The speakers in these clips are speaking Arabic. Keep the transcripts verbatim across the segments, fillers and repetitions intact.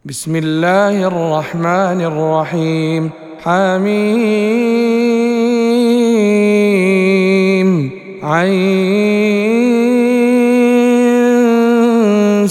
بسم الله الرحمن الرحيم. حميم عين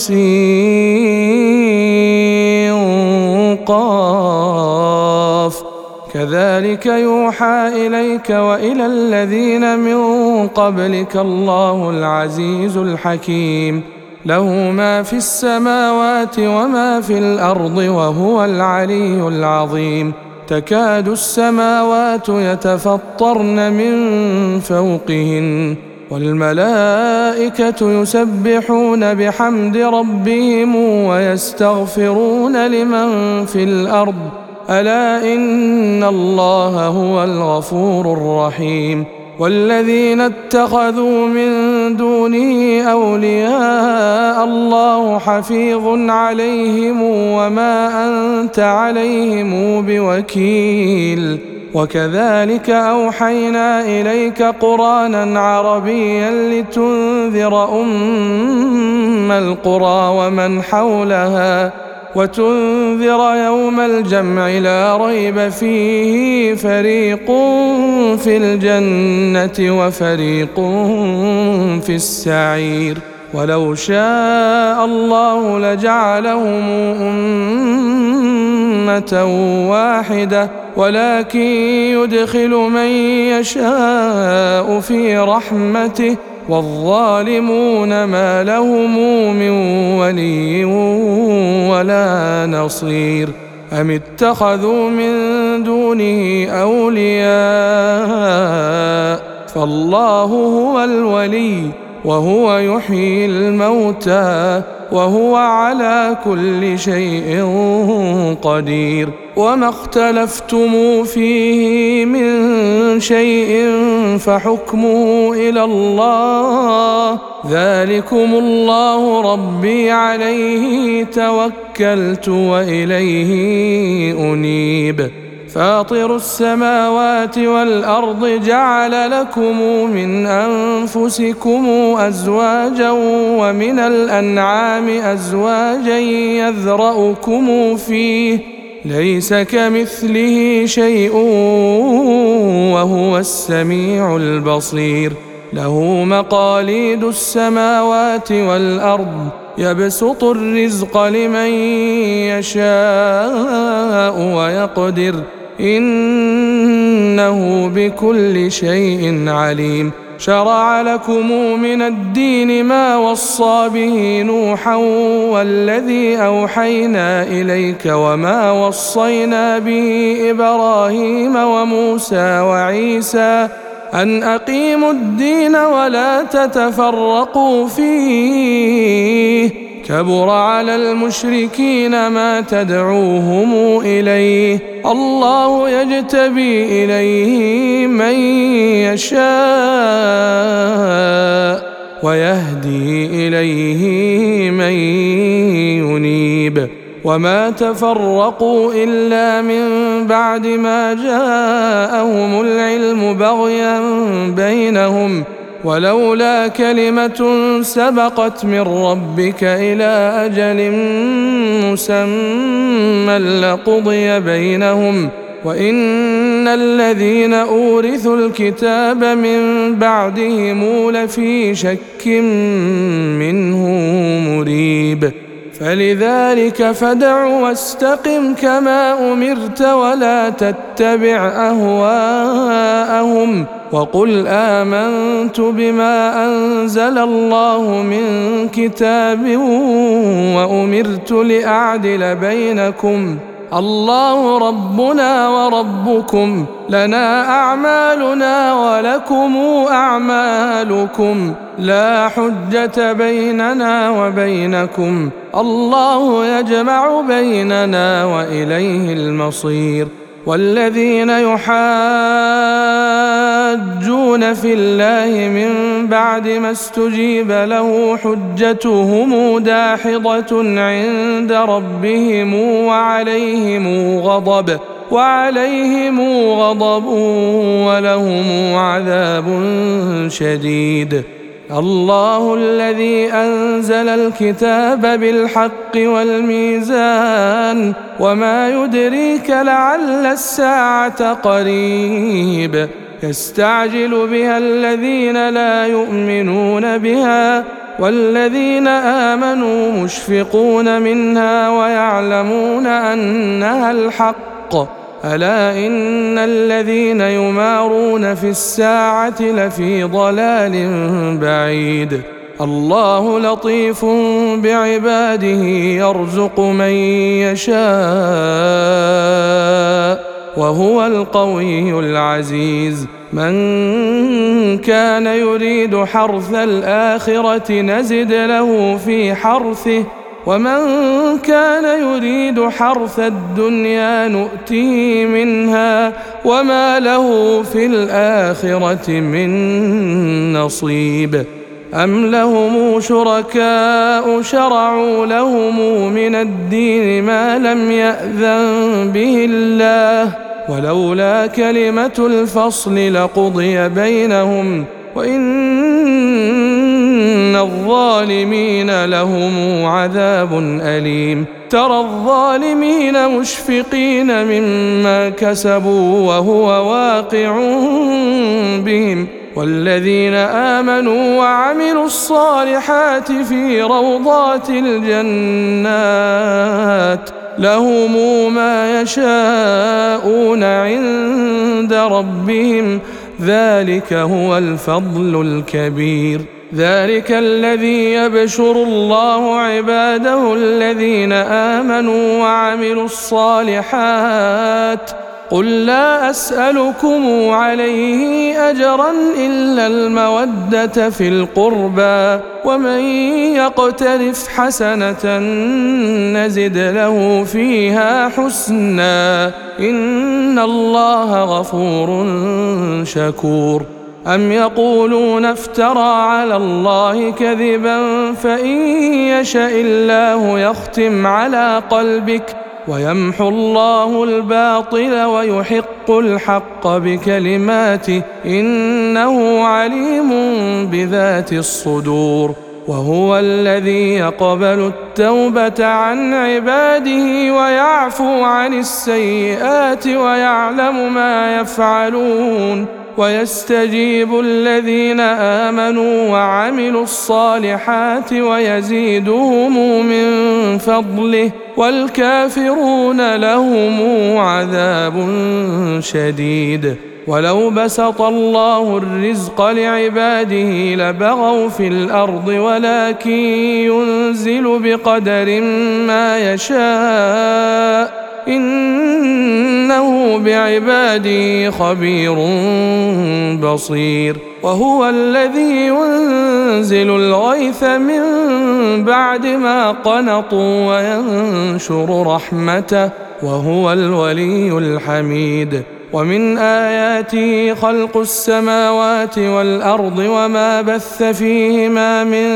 سين قاف كذلك يوحى إليك وإلى الذين من قبلك الله العزيز الحكيم له ما في السماوات وما في الأرض وهو العلي العظيم. تكاد السماوات يتفطرن من فوقهن والملائكة يسبحون بحمد ربهم ويستغفرون لمن في الأرض ألا إن الله هو الغفور الرحيم. والذين اتخذوا من دونه أولياء الله حفيظ عليهم وما أنت عليهم بوكيل. وكذلك أوحينا إليك قرآنا عربيا لتنذر أم القرى ومن حولها وتنذر يوم الجمع لا ريب فيه فريق في الجنة وفريق في السعير. ولو شاء الله لجعلهم أمة واحدة ولكن يدخل من يشاء في رحمته والظالمون ما لهم من ولي ولا نصير. أم اتخذوا من دونه أولياء فالله هو الولي وهو يحيي الموتى وهو على كل شيء قدير. وما اختلفتم فيه من شيء فحكمه إلى الله ذلكم الله ربي عليه توكلت وإليه أنيب. فاطر السماوات والأرض جعل لكم من أنفسكم أزواجا ومن الأنعام أزواجا يذرأكم فيه ليس كمثله شيء وهو السميع البصير. له مقاليد السماوات والأرض يبسط الرزق لمن يشاء ويقدر إنه بكل شيء عليم. شرع لكم من الدين ما وصى به نوحا والذي أوحينا إليك وما وصينا به إبراهيم وموسى وعيسى أن أقيموا الدين ولا تتفرقوا فيه كبر على المشركين ما تدعوهم إليه الله يجتبي إليه من يشاء ويهدي إليه من ينيب. وما تفرقوا إلا من بعد ما جاءهم العلم بغيا بينهم ولولا كلمة سبقت من ربك إلى أجل مسمى لقضي بينهم وإن الذين أورثوا الكتاب من بعدهم لفي شك منه مريب. فلذلك فادع واستقم كما أمرت ولا تتبع أهواءهم وقل آمنت بما أنزل الله من كتاب وأمرت لأعدل بينكم الله ربنا وربكم لنا أعمالنا ولكم أعمالكم لا حجة بيننا وبينكم الله يجمع بيننا وإليه المصير. والذين يحاجون في الله من بعد ما استجيب له حجتهم داحضة عند ربهم وعليهم غضب وعليهم غضب ولهم عذاب شديد. الله الذي أنزل الكتاب بالحق والميزان وما يدريك لعل الساعة قريب يستعجل بها الذين لا يؤمنون بها والذين آمنوا مشفقون منها ويعلمون أنها الحق ألا إن الذين يمارون في الساعة لفي ضلال بعيد الله لطيف بعباده يرزق من يشاء وهو القوي العزيز من كان يريد حرث الآخرة نزد له في حرثه ومن كان يريد حرث الدنيا نؤته منها وما له في الآخرة من نصيب أم لهم شركاء شرعوا لهم من الدين ما لم يأذن به الله ولولا كلمة الفصل لقضي بينهم وإن الظالمين لهم عذاب أليم ترى الظالمين مشفقين مما كسبوا وهو واقع بهم والذين آمنوا وعملوا الصالحات في روضات الجنات لهم ما يشاءون عند ربهم ذلك هو الفضل الكبير ذلك الذي يبشر الله عباده الذين آمنوا وعملوا الصالحات قل لا أسألكم عليه أجرا إلا المودة في القربى ومن يقترف حسنة نزد له فيها حسنا إن الله غفور شكور أم يقولون افترى على الله كذبا فإن يشأ الله يختم على قلبك ويمحو الله الباطل ويحق الحق بكلماته إنه عليم بذات الصدور وهو الذي يقبل التوبة عن عباده ويعفو عن السيئات ويعلم ما يفعلون ويستجيب الذين آمنوا وعملوا الصالحات ويزيدهم من فضله والكافرون لهم عذاب شديد ولو بسط الله الرزق لعباده لبغوا في الأرض ولكن ينزل بقدر ما يشاء إنه بعباده خبير بصير وهو الذي ينزل الغيث من بعد ما قنطوا وينشر رحمته وهو الولي الحميد ومن آياته خلق السماوات والأرض وما بث فيهما من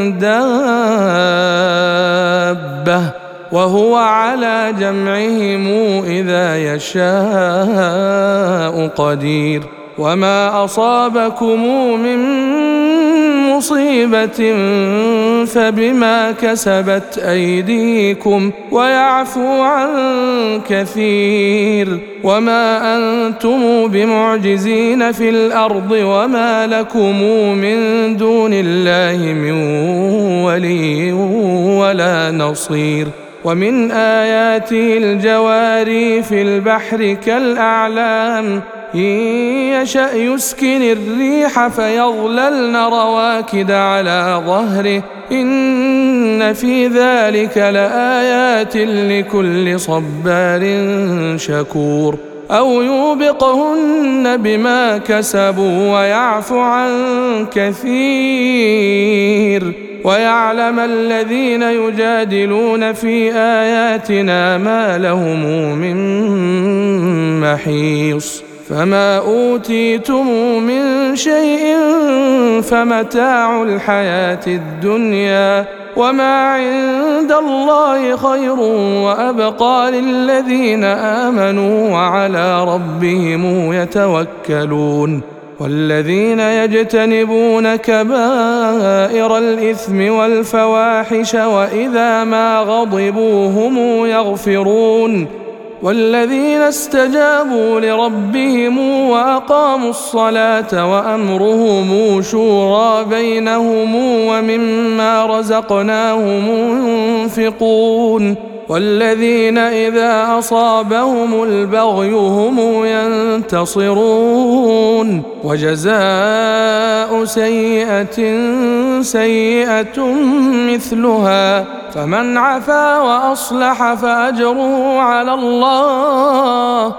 دابة وهو على جمعهم إذا يشاء قدير وما أصابكم من مصيبة فبما كسبت أيديكم ويعفو عن كثير وما أنتم بمعجزين في الأرض وما لكم من دون الله من ولي ولا نصير ومن آياته الجواري في البحر كالأعلام إن يشأ يسكن الريح فيظللن رواكد على ظهره إن في ذلك لآيات لكل صبار شكور أو يوبقهن بما كسبوا ويعفو عن كثير ويعلم الذين يجادلون في آياتنا ما لهم من محيص فما أوتيتم من شيء فمتاع الحياة الدنيا وما عند الله خير وأبقى للذين آمنوا وعلى ربهم يتوكلون والذين يجتنبون كبائر الإثم والفواحش وإذا ما غضبوا هم يغفرون والذين استجابوا لربهم وأقاموا الصلاة وأمرهم شورى بينهم ومما رزقناهم ينفقون والذين إذا أصابهم البغي هم ينتصرون وجزاء سيئة سيئة مثلها فمن عفا وأصلح فأجره على الله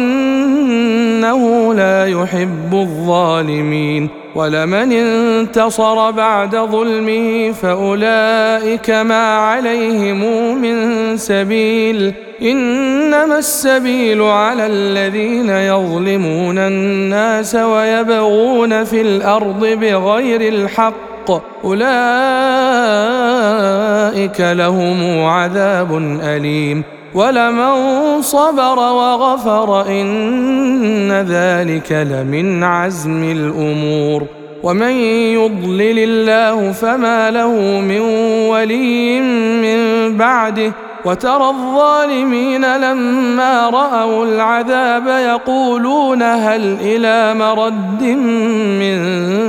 إنه لا يحب الظالمين ولمن انتصر بعد ظلمه فأولئك ما عليهم من سبيل إنما السبيل على الذين يظلمون الناس ويبغون في الأرض بغير الحق أولئك لهم عذاب أليم ولمن صبر وغفر إن ذلك لمن عزم الأمور ومن يضلل الله فما له من ولي من بعده وترى الظالمين لما رأوا العذاب يقولون هل إلى مرد من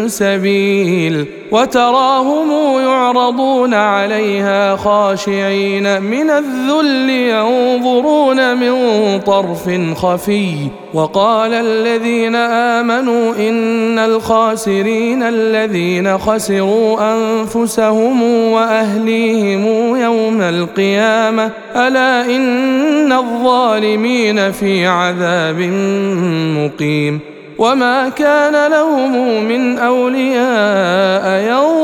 سبيل وتراهم يعرضون عليها خاشعين من الذل ينظرون من طرف خفي وقال الذين آمنوا إن الخاسرين الذين خسروا أنفسهم وأهليهم يوم القيامة ألا إن الظالمين في عذاب مقيم وما كان لهم من أولياء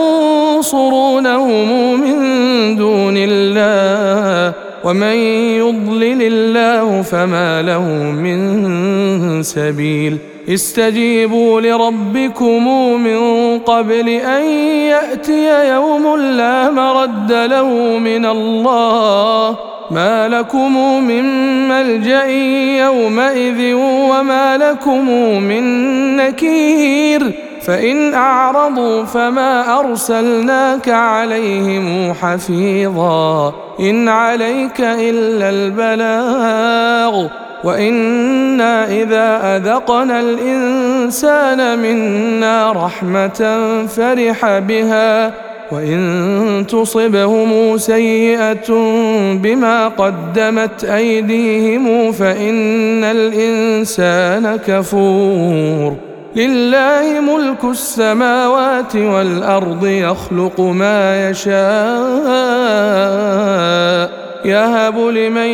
ينصرونهم من دون الله ومن يضلل الله فما له من سبيل استجيبوا لربكم من قبل أن يأتي يوم لا مرد له من الله ما لكم من ملجأ يومئذ وما لكم من نكير فإن أعرضوا فما أرسلناك عليهم حفيظا إن عليك إلا البلاغ وإنا إذا أذقنا الإنسان منا رحمة فرح بها وإن تصبهم سيئة بما قدمت أيديهم فإن الإنسان كفور لله ملك السماوات والأرض يخلق ما يشاء يهب لمن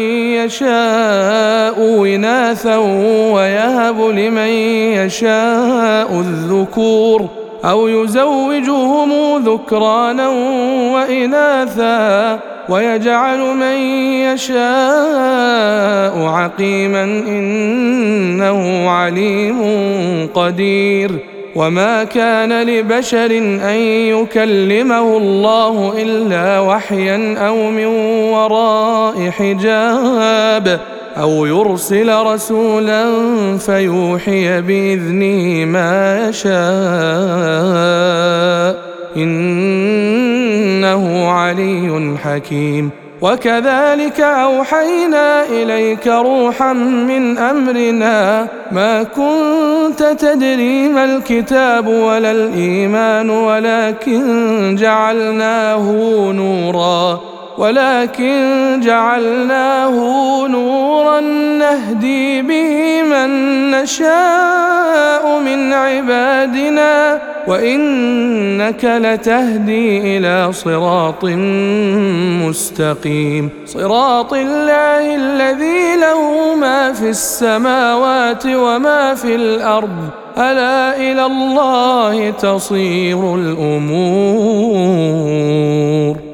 يشاء إناثا ويهب لمن يشاء الذكور أو يزوجهم ذكرانا وإناثا ويجعل من يشاء عقيما إنه عليم قدير وما كان لبشر أن يكلمه الله إلا وحيا أو من وراء حجاب أو يرسل رسولا فيوحي بإذنه ما يشاء إنه علي حكيم وكذلك أوحينا إليك روحا من أمرنا ما كنت تدري ما الكتاب ولا الإيمان ولكن جعلناه نورا ولكن جعلناه نورا نهدي به من نشاء من عبادنا وإنك لتهدي إلى صراط مستقيم صراط الله الذي له ما في السماوات وما في الأرض ألا إلى الله تصير الأمور.